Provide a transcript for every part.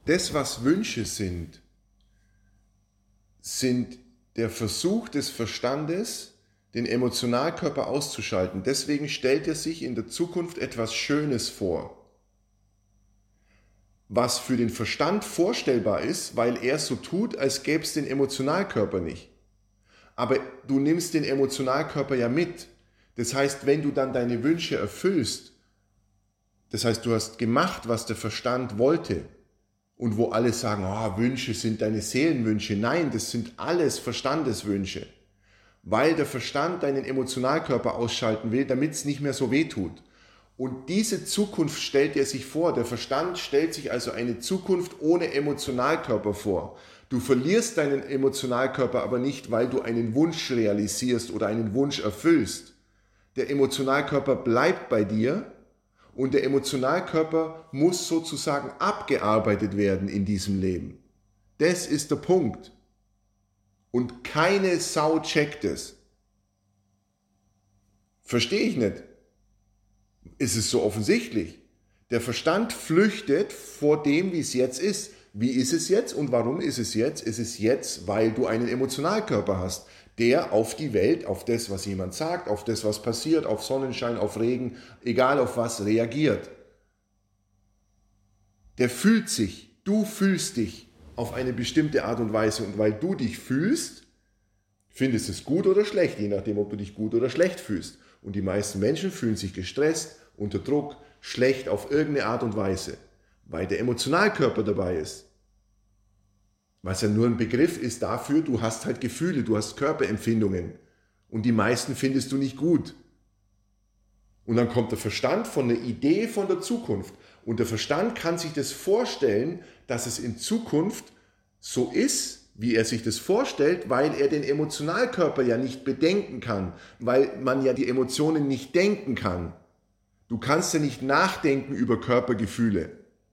Das, was Wünsche sind, sind der Versuch des Verstandes, den Emotionalkörper auszuschalten. Deswegen stellt er sich in der Zukunft etwas Schönes vor, was für den Verstand vorstellbar ist, weil er so tut, als gäbe es den Emotionalkörper nicht. Aber du nimmst den Emotionalkörper ja mit. Das heißt, wenn du dann deine Wünsche erfüllst, das heißt, du hast gemacht, was der Verstand wollte, und wo alle sagen, oh, Wünsche sind deine Seelenwünsche. Nein, das sind alles Verstandeswünsche, weil der Verstand deinen Emotionalkörper ausschalten will, damit es nicht mehr so weh tut. Und diese Zukunft stellt er sich vor. Der Verstand stellt sich also eine Zukunft ohne Emotionalkörper vor. Du verlierst deinen Emotionalkörper aber nicht, weil du einen Wunsch realisierst oder einen Wunsch erfüllst. Der Emotionalkörper bleibt bei dir und der Emotionalkörper muss sozusagen abgearbeitet werden in diesem Leben. Das ist der Punkt. Und keine Sau checkt es. Verstehe ich nicht. Es ist so offensichtlich. Der Verstand flüchtet vor dem, wie es jetzt ist. Wie ist es jetzt und warum ist es jetzt? Es ist jetzt, weil du einen Emotionalkörper hast, der auf die Welt, auf das, was jemand sagt, auf das, was passiert, auf Sonnenschein, auf Regen, egal auf was, reagiert. Der fühlt sich, du fühlst dich auf eine bestimmte Art und Weise und weil du dich fühlst, findest es gut oder schlecht, je nachdem, ob du dich gut oder schlecht fühlst. Und die meisten Menschen fühlen sich gestresst, unter Druck, schlecht auf irgendeine Art und Weise, weil der Emotionalkörper dabei ist. Was ja nur ein Begriff ist dafür, du hast halt Gefühle, du hast Körperempfindungen und die meisten findest du nicht gut. Und dann kommt der Verstand von der Idee von der Zukunft und der Verstand kann sich das vorstellen, dass es in Zukunft so ist, wie er sich das vorstellt, weil er den Emotionalkörper ja nicht bedenken kann, weil man ja die Emotionen nicht denken kann. Du kannst ja nicht nachdenken über Körpergefühle.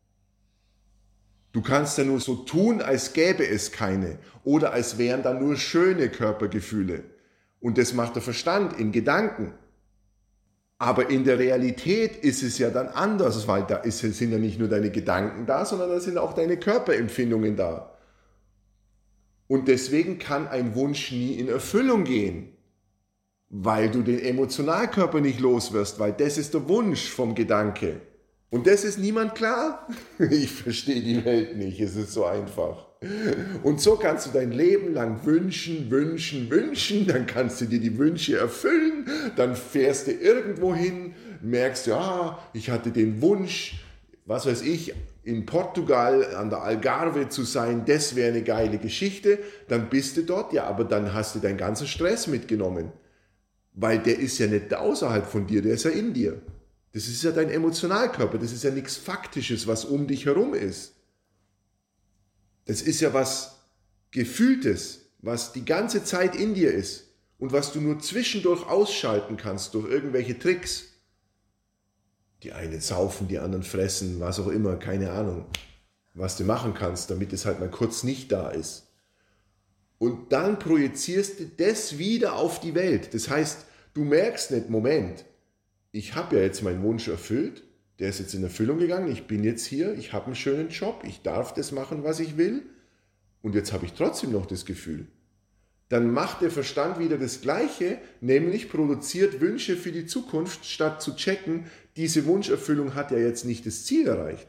Du kannst ja nur so tun, als gäbe es keine oder als wären da nur schöne Körpergefühle. Und das macht der Verstand in Gedanken. Aber in der Realität ist es ja dann anders, weil da sind ja nicht nur deine Gedanken da, sondern da sind auch deine Körperempfindungen da. Und deswegen kann ein Wunsch nie in Erfüllung gehen, weil du den Emotionalkörper nicht los wirst, weil das ist der Wunsch vom Gedanke. Und das ist niemand klar? Ich verstehe die Welt nicht, es ist so einfach. Und so kannst du dein Leben lang wünschen, dann kannst du dir die Wünsche erfüllen, dann fährst du irgendwo hin, merkst, ja, ich hatte den Wunsch, was weiß ich, in Portugal an der Algarve zu sein, das wäre eine geile Geschichte, dann bist du dort, ja, aber dann hast du deinen ganzen Stress mitgenommen, weil der ist ja nicht außerhalb von dir, der ist ja in dir. Das ist ja dein Emotionalkörper, das ist ja nichts Faktisches, was um dich herum ist. Das ist ja was Gefühltes, was die ganze Zeit in dir ist und was du nur zwischendurch ausschalten kannst durch irgendwelche Tricks. Die einen saufen, die anderen fressen, was auch immer, keine Ahnung, was du machen kannst, damit es halt mal kurz nicht da ist. Und dann projizierst du das wieder auf die Welt. Das heißt, du merkst nicht, Moment, ich habe ja jetzt meinen Wunsch erfüllt, der ist jetzt in Erfüllung gegangen, ich bin jetzt hier, ich habe einen schönen Job, ich darf das machen, was ich will und jetzt habe ich trotzdem noch das Gefühl. Dann macht der Verstand wieder das Gleiche, nämlich produziert Wünsche für die Zukunft, statt zu checken, diese Wunscherfüllung hat ja jetzt nicht das Ziel erreicht.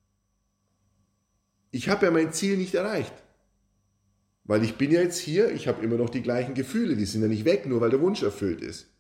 Ich habe ja mein Ziel nicht erreicht, weil ich bin ja jetzt hier, ich habe immer noch die gleichen Gefühle, die sind ja nicht weg, nur weil der Wunsch erfüllt ist.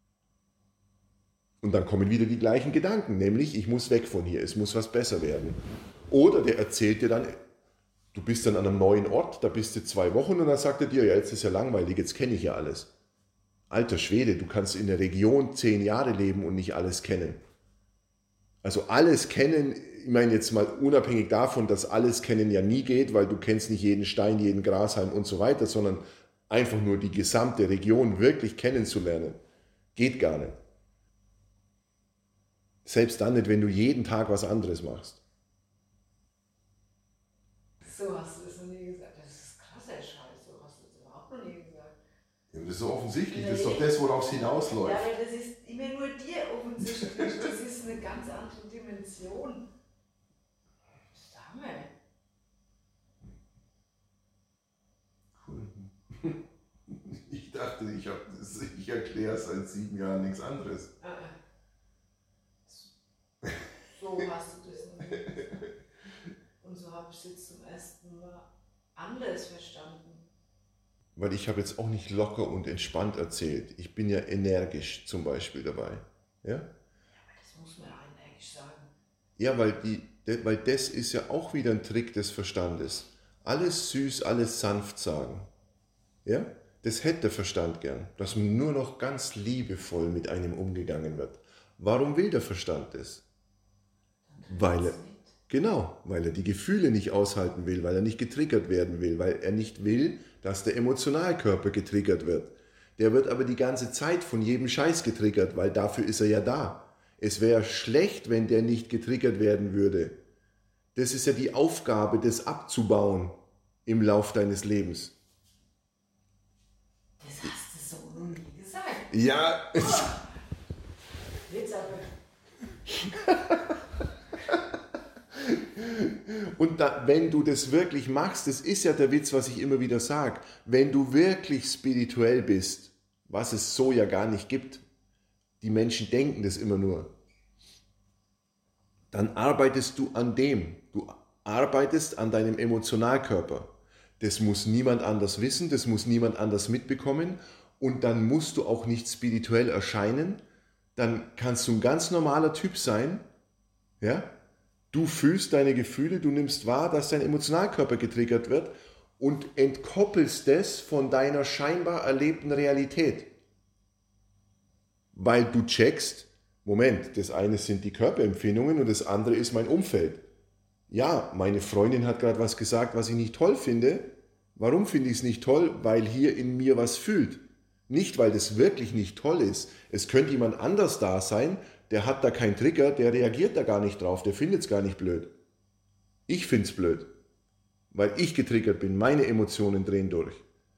Und dann kommen wieder die gleichen Gedanken, nämlich ich muss weg von hier, es muss was besser werden. Oder der erzählt dir dann, du bist dann an einem neuen Ort, da bist du 2 Wochen und dann sagt er dir, ja jetzt ist ja langweilig, jetzt kenne ich ja alles. Alter Schwede, du kannst in der Region 10 Jahre leben und nicht alles kennen. Also alles kennen, ich meine jetzt mal unabhängig davon, dass alles kennen ja nie geht, weil du kennst nicht jeden Stein, jeden Grashalm und so weiter, sondern einfach nur die gesamte Region wirklich kennenzulernen, geht gar nicht. Selbst dann nicht, wenn du jeden Tag was anderes machst. So hast du das noch nie gesagt. Das ist krass, ey Scheiß. So hast du das überhaupt noch nie gesagt. Ja, das ist so offensichtlich, das ist doch das, worauf es hinausläuft. Ja, aber das ist immer nur dir offensichtlich. Das ist eine ganz andere Dimension. Das ist der Hammer. Ich dachte, ich erkläre seit 7 Jahren nichts anderes. So hast du das noch nicht gesagt. Und so habe ich es jetzt zum ersten Mal anders verstanden. Weil ich habe jetzt auch nicht locker und entspannt erzählt. Ich bin ja energisch zum Beispiel dabei. Ja? Aber das muss man energisch sagen. Ja, weil das ist ja auch wieder ein Trick des Verstandes. Alles süß, alles sanft sagen. Ja? Das hätte der Verstand gern, dass nur noch ganz liebevoll mit einem umgegangen wird. Warum will der Verstand das? Weil er die Gefühle nicht aushalten will, weil er nicht getriggert werden will, weil er nicht will, dass der Emotionalkörper getriggert wird. Der wird aber die ganze Zeit von jedem Scheiß getriggert, weil dafür ist er ja da. Es wäre schlecht, wenn der nicht getriggert werden würde. Das ist ja die Aufgabe, das abzubauen im Lauf deines Lebens. Das hast du so noch nie gesagt. Ja. Jetzt aber. Und wenn du das wirklich machst, das ist ja der Witz, was ich immer wieder sage, wenn du wirklich spirituell bist, was es so ja gar nicht gibt, die Menschen denken das immer nur, dann arbeitest du an dem, du arbeitest an deinem Emotionalkörper. Das muss niemand anders wissen, das muss niemand anders mitbekommen und dann musst du auch nicht spirituell erscheinen, dann kannst du ein ganz normaler Typ sein, ja? Du fühlst deine Gefühle, du nimmst wahr, dass dein Emotionalkörper getriggert wird und entkoppelst das von deiner scheinbar erlebten Realität. Weil du checkst, Moment, das eine sind die Körperempfindungen und das andere ist mein Umfeld. Ja, meine Freundin hat gerade was gesagt, was ich nicht toll finde. Warum finde ich es nicht toll? Weil hier in mir was fühlt. Nicht, weil das wirklich nicht toll ist. Es könnte jemand anders da sein, der hat da keinen Trigger, der reagiert da gar nicht drauf, der findet es gar nicht blöd. Ich finde es blöd, weil ich getriggert bin, meine Emotionen drehen durch.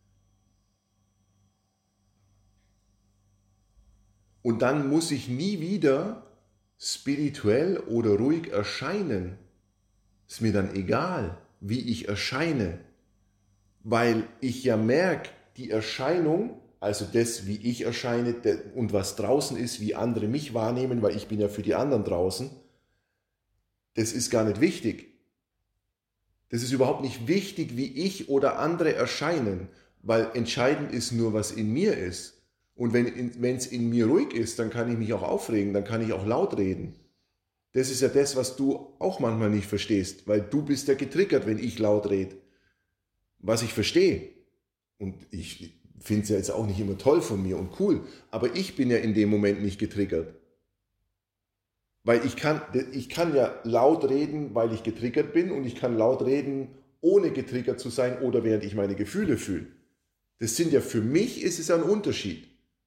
Und dann muss ich nie wieder spirituell oder ruhig erscheinen. Ist mir dann egal, wie ich erscheine, weil ich ja merke, die Erscheinung, also das, wie ich erscheine und was draußen ist, wie andere mich wahrnehmen, weil ich bin ja für die anderen draußen, das ist gar nicht wichtig. Das ist überhaupt nicht wichtig, wie ich oder andere erscheinen, weil entscheidend ist nur, was in mir ist. Und wenn es in mir ruhig ist, dann kann ich mich auch aufregen, dann kann ich auch laut reden. Das ist ja das, was du auch manchmal nicht verstehst, weil du bist ja getriggert, wenn ich laut rede. Was ich verstehe, und ich finde es ja jetzt auch nicht immer toll von mir und cool, aber ich bin ja in dem Moment nicht getriggert. Weil ich kann ja laut reden, weil ich getriggert bin und ich kann laut reden, ohne getriggert zu sein oder während ich meine Gefühle fühle. Das sind ja für mich, ist es ein Unterschied.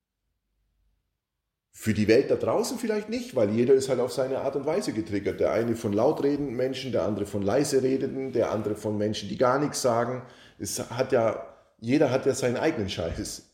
Für die Welt da draußen vielleicht nicht, weil jeder ist halt auf seine Art und Weise getriggert. Der eine von laut redenden Menschen, der andere von leise redenden, der andere von Menschen, die gar nichts sagen. Jeder hat ja seinen eigenen Scheiß.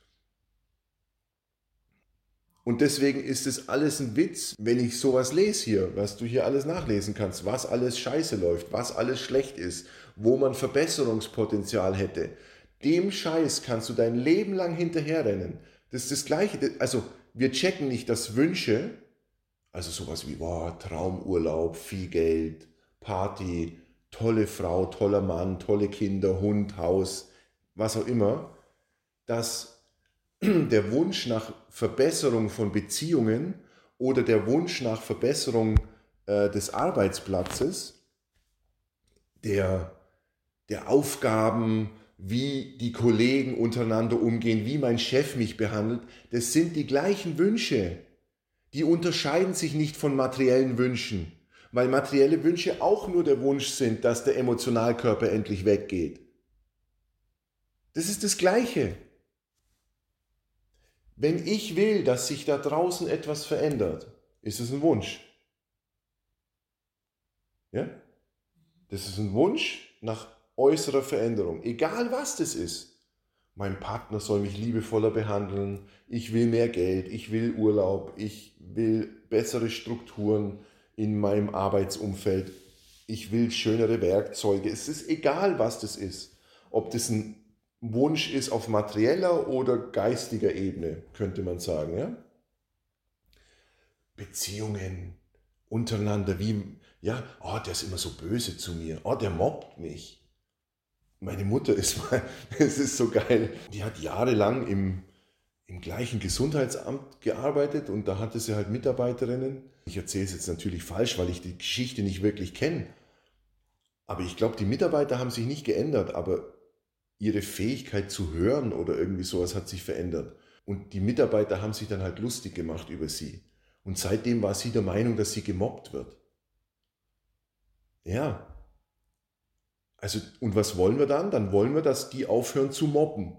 Und deswegen ist es alles ein Witz, wenn ich sowas lese hier, was du hier alles nachlesen kannst, was alles scheiße läuft, was alles schlecht ist, wo man Verbesserungspotenzial hätte. Dem Scheiß kannst du dein Leben lang hinterherrennen. Das ist das Gleiche. Also wir checken nicht, dass Wünsche, also sowas wie Traumurlaub, viel Geld, Party, tolle Frau, toller Mann, tolle Kinder, Hund, Haus, was auch immer, dass der Wunsch nach Verbesserung von Beziehungen oder der Wunsch nach Verbesserung des Arbeitsplatzes, der Aufgaben, wie die Kollegen untereinander umgehen, wie mein Chef mich behandelt, das sind die gleichen Wünsche. Die unterscheiden sich nicht von materiellen Wünschen, weil materielle Wünsche auch nur der Wunsch sind, dass der Emotionalkörper endlich weggeht. Das ist das Gleiche. Wenn ich will, dass sich da draußen etwas verändert, ist es ein Wunsch. Ja? Das ist ein Wunsch nach äußerer Veränderung, egal was das ist. Mein Partner soll mich liebevoller behandeln, ich will mehr Geld, ich will Urlaub, ich will bessere Strukturen in meinem Arbeitsumfeld, ich will schönere Werkzeuge. Es ist egal, was das ist. Ob das ein Wunsch ist auf materieller oder geistiger Ebene, könnte man sagen. Ja? Beziehungen untereinander, wie, ja, oh, der ist immer so böse zu mir, oh, der mobbt mich. Meine Mutter ist mal, es ist so geil, die hat jahrelang im gleichen Gesundheitsamt gearbeitet und da hatte sie halt Mitarbeiterinnen. Ich erzähle es jetzt natürlich falsch, weil ich die Geschichte nicht wirklich kenne. Aber ich glaube, die Mitarbeiter haben sich nicht geändert, aber ihre Fähigkeit zu hören oder irgendwie sowas hat sich verändert. Und die Mitarbeiter haben sich dann halt lustig gemacht über sie. Und seitdem war sie der Meinung, dass sie gemobbt wird. Ja. Also, und was wollen wir dann? Dann wollen wir, dass die aufhören zu mobben.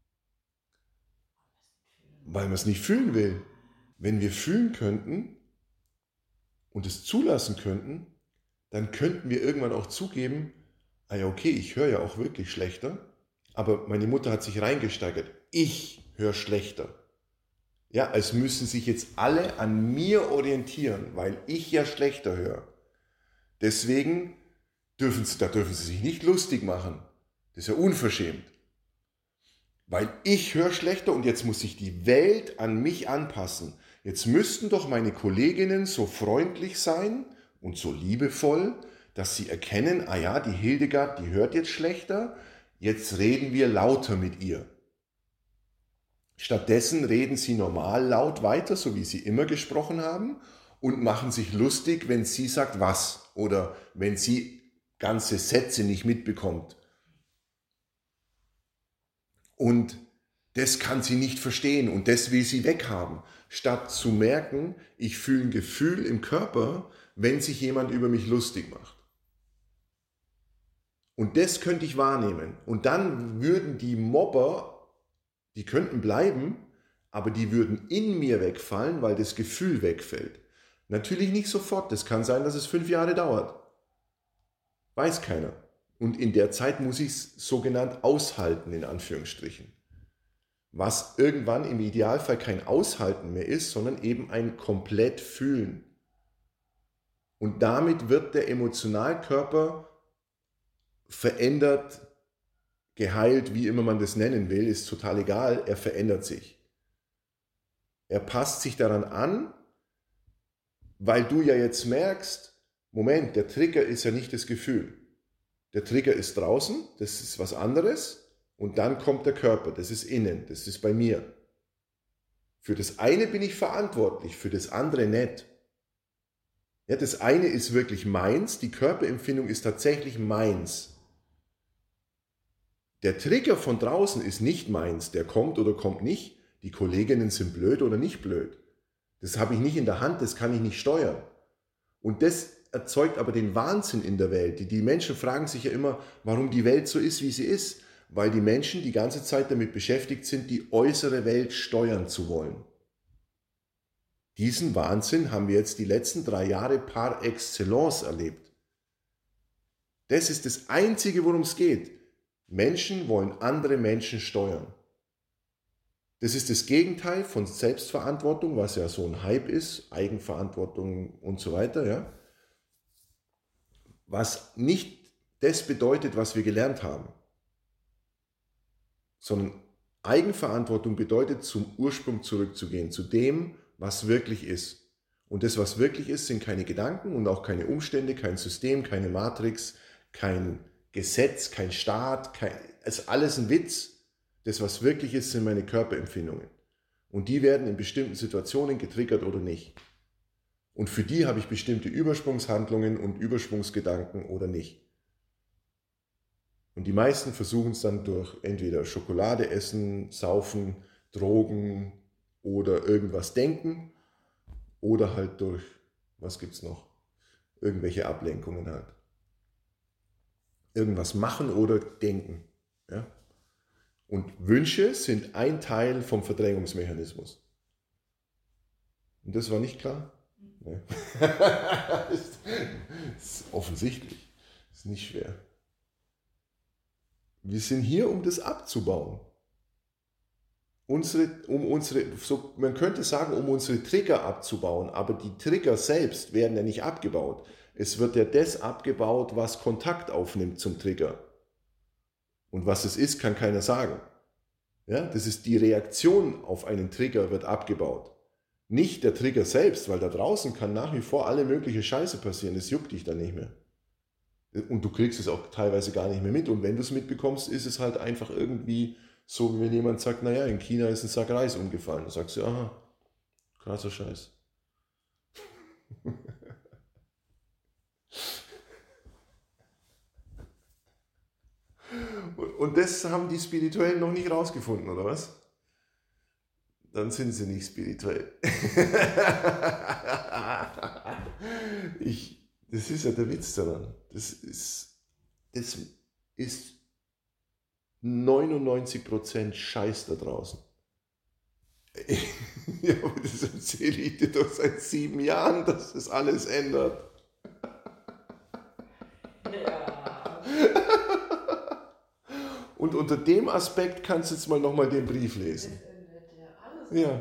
Weil man es nicht fühlen will. Wenn wir fühlen könnten und es zulassen könnten, dann könnten wir irgendwann auch zugeben, ah ja, okay, ich höre ja auch wirklich schlechter, aber meine Mutter hat sich reingesteigert. Ich höre schlechter. Ja, als müssen sich jetzt alle an mir orientieren, weil ich ja schlechter höre. Deswegen dürfen sie sich nicht lustig machen. Das ist ja unverschämt. Weil ich höre schlechter und jetzt muss sich die Welt an mich anpassen. Jetzt müssten doch meine Kolleginnen so freundlich sein und so liebevoll, dass sie erkennen, ah ja, die Hildegard, die hört jetzt schlechter, jetzt reden wir lauter mit ihr. Stattdessen reden sie normal laut weiter, so wie sie immer gesprochen haben, und machen sich lustig, wenn sie sagt was oder wenn sie ganze Sätze nicht mitbekommt. Und das kann sie nicht verstehen und das will sie weghaben, statt zu merken, ich fühle ein Gefühl im Körper, wenn sich jemand über mich lustig macht. Und das könnte ich wahrnehmen. Und dann würden die Mobber, die könnten bleiben, aber die würden in mir wegfallen, weil das Gefühl wegfällt. Natürlich nicht sofort, das kann sein, dass es 5 Jahre dauert. Weiß keiner. Und in der Zeit muss ich es sogenannt aushalten, in Anführungsstrichen. Was irgendwann im Idealfall kein Aushalten mehr ist, sondern eben ein komplett Fühlen. Und damit wird der Emotionalkörper verändert, geheilt, wie immer man das nennen will, ist total egal, er verändert sich. Er passt sich daran an, weil du ja jetzt merkst, Moment, der Trigger ist ja nicht das Gefühl. Der Trigger ist draußen, das ist was anderes und dann kommt der Körper, das ist innen, das ist bei mir. Für das eine bin ich verantwortlich, für das andere nicht. Ja, das eine ist wirklich meins, die Körperempfindung ist tatsächlich meins. Der Trigger von draußen ist nicht meins, der kommt oder kommt nicht, die Kolleginnen sind blöd oder nicht blöd. Das habe ich nicht in der Hand, das kann ich nicht steuern. Und das erzeugt aber den Wahnsinn in der Welt. Die Menschen fragen sich ja immer, warum die Welt so ist, wie sie ist. Weil die Menschen die ganze Zeit damit beschäftigt sind, die äußere Welt steuern zu wollen. Diesen Wahnsinn haben wir jetzt die letzten 3 Jahre par excellence erlebt. Das ist das Einzige, worum es geht. Menschen wollen andere Menschen steuern. Das ist das Gegenteil von Selbstverantwortung, was ja so ein Hype ist, Eigenverantwortung und so weiter, ja. Was nicht das bedeutet, was wir gelernt haben, sondern Eigenverantwortung bedeutet, zum Ursprung zurückzugehen, zu dem, was wirklich ist. Und das, was wirklich ist, sind keine Gedanken und auch keine Umstände, kein System, keine Matrix, kein Gesetz, kein Staat, es ist alles ein Witz. Das, was wirklich ist, sind meine Körperempfindungen. Und die werden in bestimmten Situationen getriggert oder nicht. Und für die habe ich bestimmte Übersprungshandlungen und Übersprungsgedanken oder nicht. Und die meisten versuchen es dann durch entweder Schokolade essen, saufen, Drogen oder irgendwas denken oder halt durch, was gibt's noch? Irgendwelche Ablenkungen halt. Irgendwas machen oder denken. Ja? Und Wünsche sind ein Teil vom Verdrängungsmechanismus. Und das war nicht klar? Nee. Das ist offensichtlich. Das ist nicht schwer. Wir sind hier, um das abzubauen. Man könnte sagen, um unsere Trigger abzubauen, aber die Trigger selbst werden ja nicht abgebaut. Es wird ja das abgebaut, was Kontakt aufnimmt zum Trigger. Und was es ist, kann keiner sagen. Ja, das ist die Reaktion auf einen Trigger, wird abgebaut. Nicht der Trigger selbst, weil da draußen kann nach wie vor alle mögliche Scheiße passieren. Das juckt dich dann nicht mehr. Und du kriegst es auch teilweise gar nicht mehr mit. Und wenn du es mitbekommst, ist es halt einfach irgendwie so, wie wenn jemand sagt, naja, in China ist ein Sack Reis umgefallen. Dann sagst du, aha, krasser Scheiß. Und das haben die Spirituellen noch nicht rausgefunden, oder was? Dann sind sie nicht spirituell. Das ist ja der Witz daran. Das ist 99% Scheiß da draußen. Ja, aber das erzähle ich dir doch seit 7 Jahren, dass das alles ändert. Ja. Und unter dem Aspekt kannst du jetzt mal nochmal den Brief lesen. Das ändert ja alles. Ja.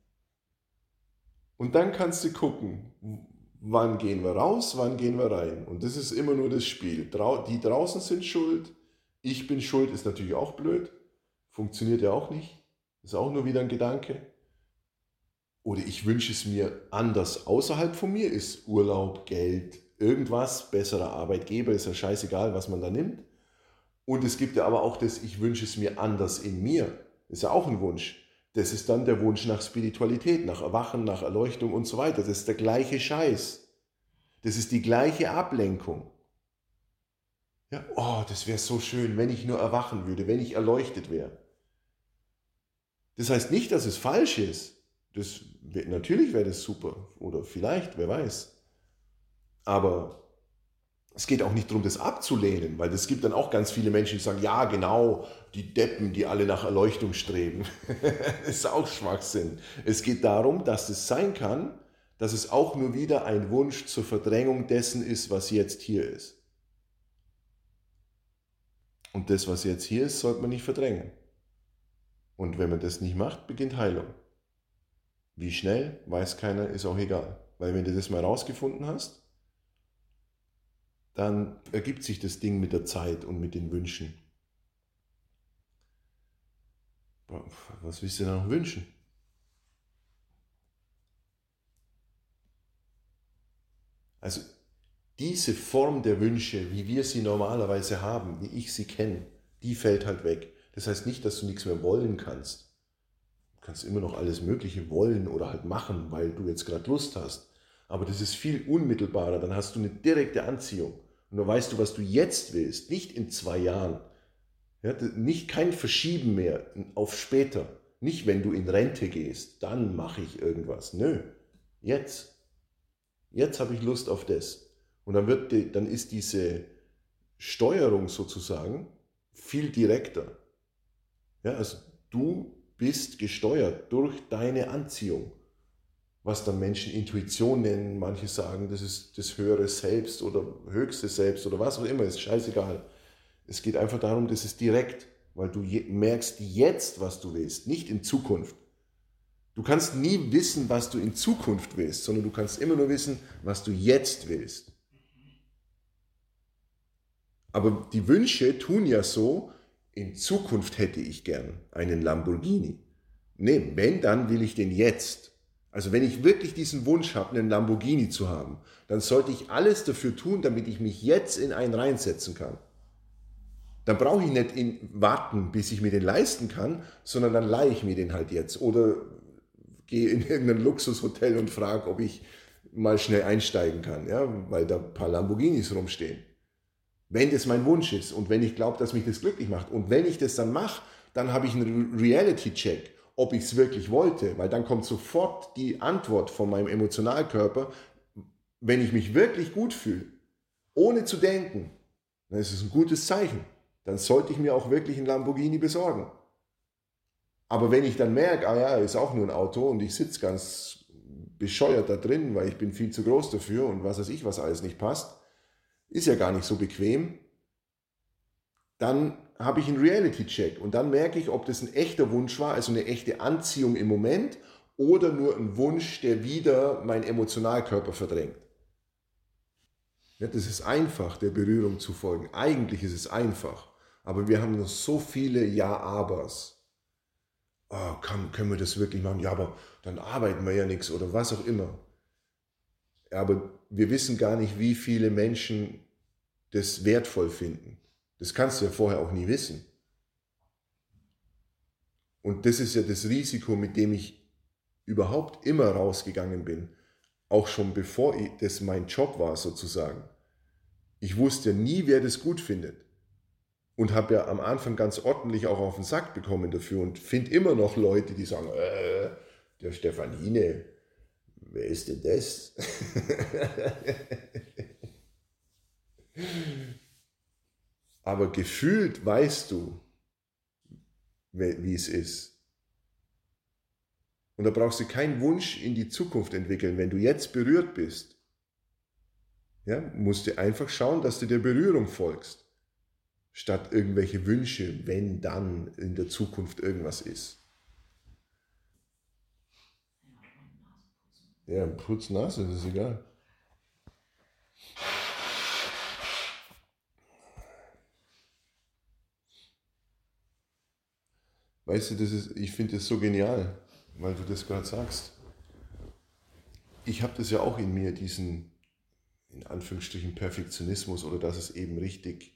Und dann kannst du gucken, wann gehen wir raus, wann gehen wir rein. Und das ist immer nur das Spiel. Die draußen sind schuld, ich bin schuld, ist natürlich auch blöd. Funktioniert ja auch nicht. Ist auch nur wieder ein Gedanke. Oder ich wünsche es mir anders außerhalb von mir, ist Urlaub, Geld, irgendwas, besserer Arbeitgeber, ist ja scheißegal, was man da nimmt. Und es gibt ja aber auch das, ich wünsche es mir anders in mir. Ist ja auch ein Wunsch. Das ist dann der Wunsch nach Spiritualität, nach Erwachen, nach Erleuchtung und so weiter. Das ist der gleiche Scheiß. Das ist die gleiche Ablenkung. Ja, oh, das wäre so schön, wenn ich nur erwachen würde, wenn ich erleuchtet wäre. Das heißt nicht, dass es falsch ist. Natürlich wäre das super. Oder vielleicht, wer weiß. Aber es geht auch nicht darum, das abzulehnen, weil es gibt dann auch ganz viele Menschen, die sagen, ja genau, die Deppen, die alle nach Erleuchtung streben. Das ist auch Schwachsinn. Es geht darum, dass es sein kann, dass es auch nur wieder ein Wunsch zur Verdrängung dessen ist, was jetzt hier ist. Und das, was jetzt hier ist, sollte man nicht verdrängen. Und wenn man das nicht macht, beginnt Heilung. Wie schnell, weiß keiner, ist auch egal. Weil wenn du das mal rausgefunden hast, dann ergibt sich das Ding mit der Zeit und mit den Wünschen. Was willst du denn noch wünschen? Also diese Form der Wünsche, wie wir sie normalerweise haben, wie ich sie kenne, die fällt halt weg. Das heißt nicht, dass du nichts mehr wollen kannst. Du kannst immer noch alles Mögliche wollen oder halt machen, weil du jetzt gerade Lust hast. Aber das ist viel unmittelbarer, dann hast du eine direkte Anziehung. Und dann weißt du, was du jetzt willst, nicht in 2 Jahren. Ja, kein Verschieben mehr auf später. Nicht, wenn du in Rente gehst, dann mache ich irgendwas. Nö, jetzt. Jetzt habe ich Lust auf das. Und dann ist diese Steuerung sozusagen viel direkter. Ja, also du bist gesteuert durch deine Anziehung. Was dann Menschen Intuition nennen, manche sagen, das ist das höhere Selbst oder höchste Selbst oder was auch immer, ist scheißegal. Es geht einfach darum, das ist direkt, weil du merkst jetzt, was du willst, nicht in Zukunft. Du kannst nie wissen, was du in Zukunft willst, sondern du kannst immer nur wissen, was du jetzt willst. Aber die Wünsche tun ja so, in Zukunft hätte ich gern einen Lamborghini. Nee, wenn, dann will ich den jetzt. Also wenn ich wirklich diesen Wunsch habe, einen Lamborghini zu haben, dann sollte ich alles dafür tun, damit ich mich jetzt in einen reinsetzen kann. Dann brauche ich nicht warten, bis ich mir den leisten kann, sondern dann leihe ich mir den halt jetzt. Oder gehe in irgendein Luxushotel und frage, ob ich mal schnell einsteigen kann, ja, weil da ein paar Lamborghinis rumstehen. Wenn das mein Wunsch ist und wenn ich glaube, dass mich das glücklich macht. Und wenn ich das dann mache, dann habe ich einen Reality-Check, ob ich es wirklich wollte, weil dann kommt sofort die Antwort von meinem Emotionalkörper, wenn ich mich wirklich gut fühle, ohne zu denken, dann ist es ein gutes Zeichen. Dann sollte ich mir auch wirklich einen Lamborghini besorgen. Aber wenn ich dann merke, ah ja, ist auch nur ein Auto und ich sitze ganz bescheuert da drin, weil ich bin viel zu groß dafür und was weiß ich, was alles nicht passt, ist ja gar nicht so bequem, dann habe ich einen Reality-Check und dann merke ich, ob das ein echter Wunsch war, also eine echte Anziehung im Moment oder nur ein Wunsch, der wieder meinen Emotionalkörper verdrängt. Ja, das ist einfach, der Berührung zu folgen. Eigentlich ist es einfach. Aber wir haben noch so viele Ja-Abers. Oh, können wir das wirklich machen? Ja, aber dann arbeiten wir ja nichts oder was auch immer. Aber wir wissen gar nicht, wie viele Menschen das wertvoll finden. Das kannst du ja vorher auch nie wissen. Und das ist ja das Risiko, mit dem ich überhaupt immer rausgegangen bin. Auch schon bevor das mein Job war sozusagen. Ich wusste ja nie, wer das gut findet. Und habe ja am Anfang ganz ordentlich auch auf den Sack bekommen dafür und finde immer noch Leute, die sagen, der Stefanine, wer ist denn das? Aber gefühlt weißt du, wie es ist. Und da brauchst du keinen Wunsch in die Zukunft entwickeln. Wenn du jetzt berührt bist, ja, musst du einfach schauen, dass du der Berührung folgst, statt irgendwelche Wünsche, wenn dann in der Zukunft irgendwas ist. Ja, putz Nase, das ist egal. Weißt du, ich finde das so genial, weil du das gerade sagst. Ich habe das ja auch in mir, diesen, in Anführungsstrichen, Perfektionismus oder dass es eben richtig,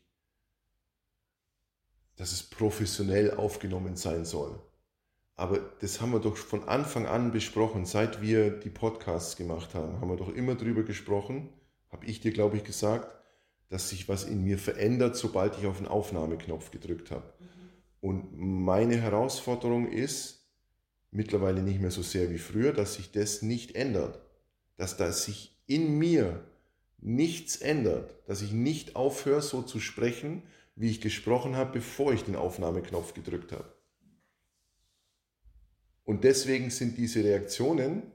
dass es professionell aufgenommen sein soll. Aber das haben wir doch von Anfang an besprochen, seit wir die Podcasts gemacht haben wir doch immer drüber gesprochen, habe ich dir, glaube ich, gesagt, dass sich was in mir verändert, sobald ich auf den Aufnahmeknopf gedrückt habe. Und meine Herausforderung ist, mittlerweile nicht mehr so sehr wie früher, dass sich das nicht ändert. Dass da sich in mir nichts ändert. Dass ich nicht aufhöre, so zu sprechen, wie ich gesprochen habe, bevor ich den Aufnahmeknopf gedrückt habe. Und deswegen sind diese Reaktionen,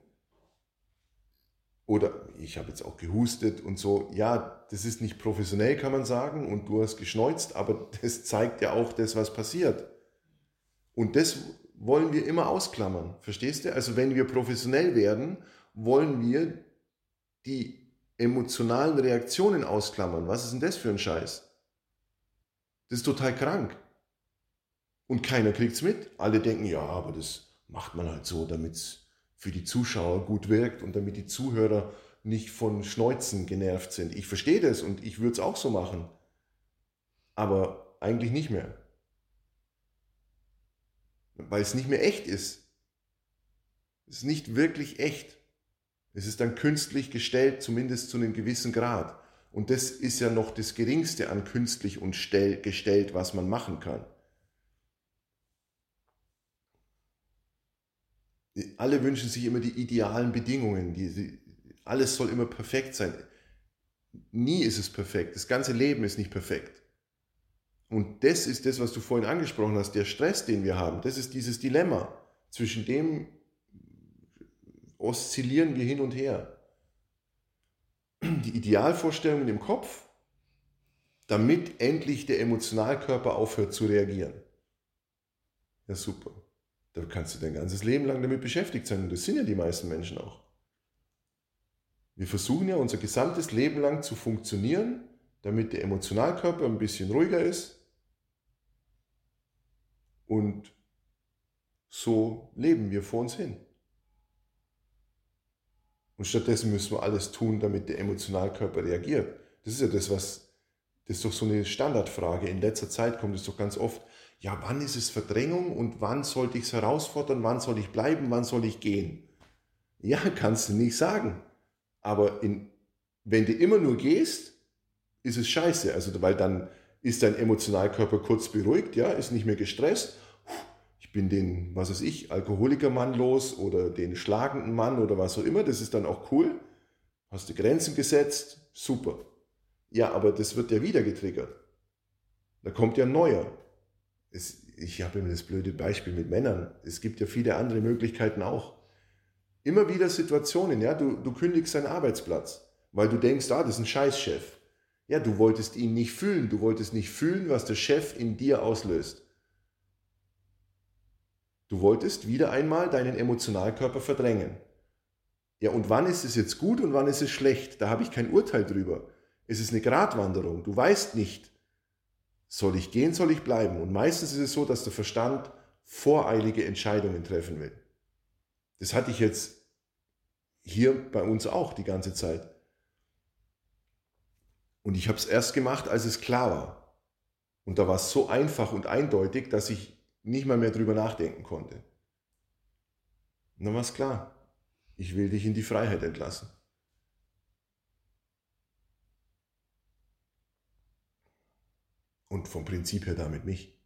oder ich habe jetzt auch gehustet und so, ja, das ist nicht professionell, kann man sagen, und du hast geschneuzt, aber das zeigt ja auch das, was passiert. Und das wollen wir immer ausklammern, verstehst du? Also wenn wir professionell werden, wollen wir die emotionalen Reaktionen ausklammern. Was ist denn das für ein Scheiß? Das ist total krank. Und keiner kriegt es mit. Alle denken, ja, aber das macht man halt so, damit es für die Zuschauer gut wirkt und damit die Zuhörer nicht von Schneuzen genervt sind. Ich verstehe das und ich würde es auch so machen. Aber eigentlich nicht mehr. Weil es nicht mehr echt ist. Es ist nicht wirklich echt. Es ist dann künstlich gestellt, zumindest zu einem gewissen Grad. Und das ist ja noch das Geringste an künstlich und gestellt, was man machen kann. Alle wünschen sich immer die idealen Bedingungen. Alles soll immer perfekt sein. Nie ist es perfekt. Das ganze Leben ist nicht perfekt. Und das ist das, was du vorhin angesprochen hast, der Stress, den wir haben. Das ist dieses Dilemma. Zwischen dem oszillieren wir hin und her. Die Idealvorstellungen im Kopf, damit endlich der Emotionalkörper aufhört zu reagieren. Ja, super. Da kannst du dein ganzes Leben lang damit beschäftigt sein. Und das sind ja die meisten Menschen auch. Wir versuchen ja unser gesamtes Leben lang zu funktionieren, damit der Emotionalkörper ein bisschen ruhiger ist. Und so leben wir vor uns hin. Und stattdessen müssen wir alles tun, damit der Emotionalkörper reagiert. Das ist ja das ist doch so eine Standardfrage. In letzter Zeit kommt es doch ganz oft, ja, wann ist es Verdrängung und wann sollte ich es herausfordern, wann soll ich bleiben, wann soll ich gehen? Ja, kannst du nicht sagen. Aber wenn du immer nur gehst, ist es scheiße. Also, weil dann ist dein Emotionalkörper kurz beruhigt, ja, ist nicht mehr gestresst. Ich bin den, was weiß ich, Alkoholikermann los oder den schlagenden Mann oder was auch immer. Das ist dann auch cool. Hast du Grenzen gesetzt, super. Ja, aber das wird ja wieder getriggert. Da kommt ja ein neuer. Ich habe immer das blöde Beispiel mit Männern. Es gibt ja viele andere Möglichkeiten auch. Immer wieder Situationen, ja, du kündigst deinen Arbeitsplatz, weil du denkst, das ist ein Scheißchef. Ja, du wolltest ihn nicht fühlen. Du wolltest nicht fühlen, was der Chef in dir auslöst. Du wolltest wieder einmal deinen Emotionalkörper verdrängen. Ja, und wann ist es jetzt gut und wann ist es schlecht? Da habe ich kein Urteil drüber. Es ist eine Gratwanderung. Du weißt nicht, Soll ich gehen, soll ich bleiben? Und meistens ist es so, dass der Verstand voreilige Entscheidungen treffen will. Das hatte ich jetzt hier bei uns auch die ganze Zeit. Und ich habe es erst gemacht, als es klar war. Und da war es so einfach und eindeutig, dass ich nicht mal mehr drüber nachdenken konnte. Und dann war es klar, ich will dich in die Freiheit entlassen. Und vom Prinzip her damit mich.